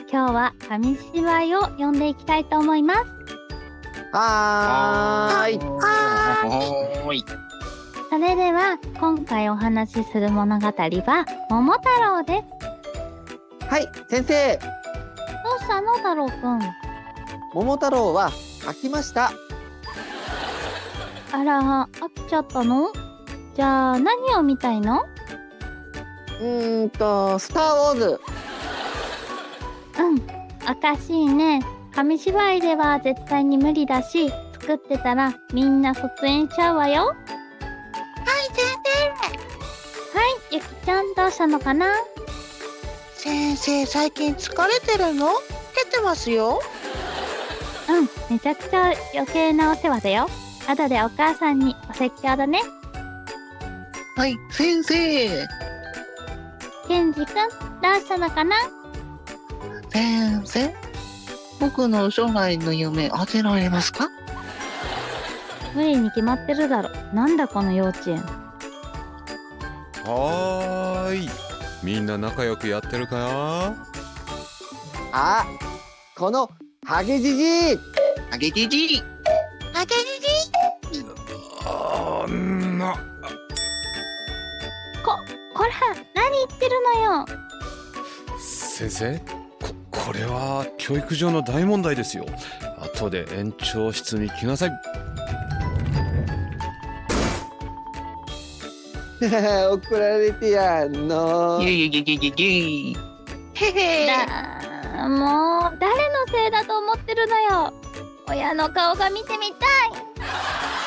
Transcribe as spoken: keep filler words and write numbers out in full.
今日は紙芝居を読んでいきたいと思います。 はーい。 はーい。 それでは今回お話しする物語は桃太郎です。 はい、先生。 どうしたの太郎くん。 桃太郎は書きました。 あら、飽きちゃったの？じゃあ何を見たいの？ うーんとスター・ウォーズ。 うん、おかしいね。紙芝居では絶対に無理だし、作ってたらみんな卒園しちゃうわよ。 はい、先はい、ゆきちゃんどうしたのかな？ 生。先生、最近疲れてるの？出てますよ。 うん、めちゃくちゃ余計なお世話だよ。後でお母さんにお説教だね。 はい、先生。 ケンジくん、どうしたのかな？ 先生。僕の将来の夢当てられますか？ 無理に決まってるだろ。なんだこの幼稚園。 はーい、みんな仲良くやってるかな？ あ、このハゲじじい。 あげじじい。 あげじじあーんな。 こ、こら、何言ってるのよ。 先生、こ、これは教育上の大問題ですよ。後で園長室に来なさい。 怒られてやんの。 イェイイェイイェイイェイイェイ。へへ。 だ、もう、誰のせいだと思ってるのよ。親の顔が見てみたい。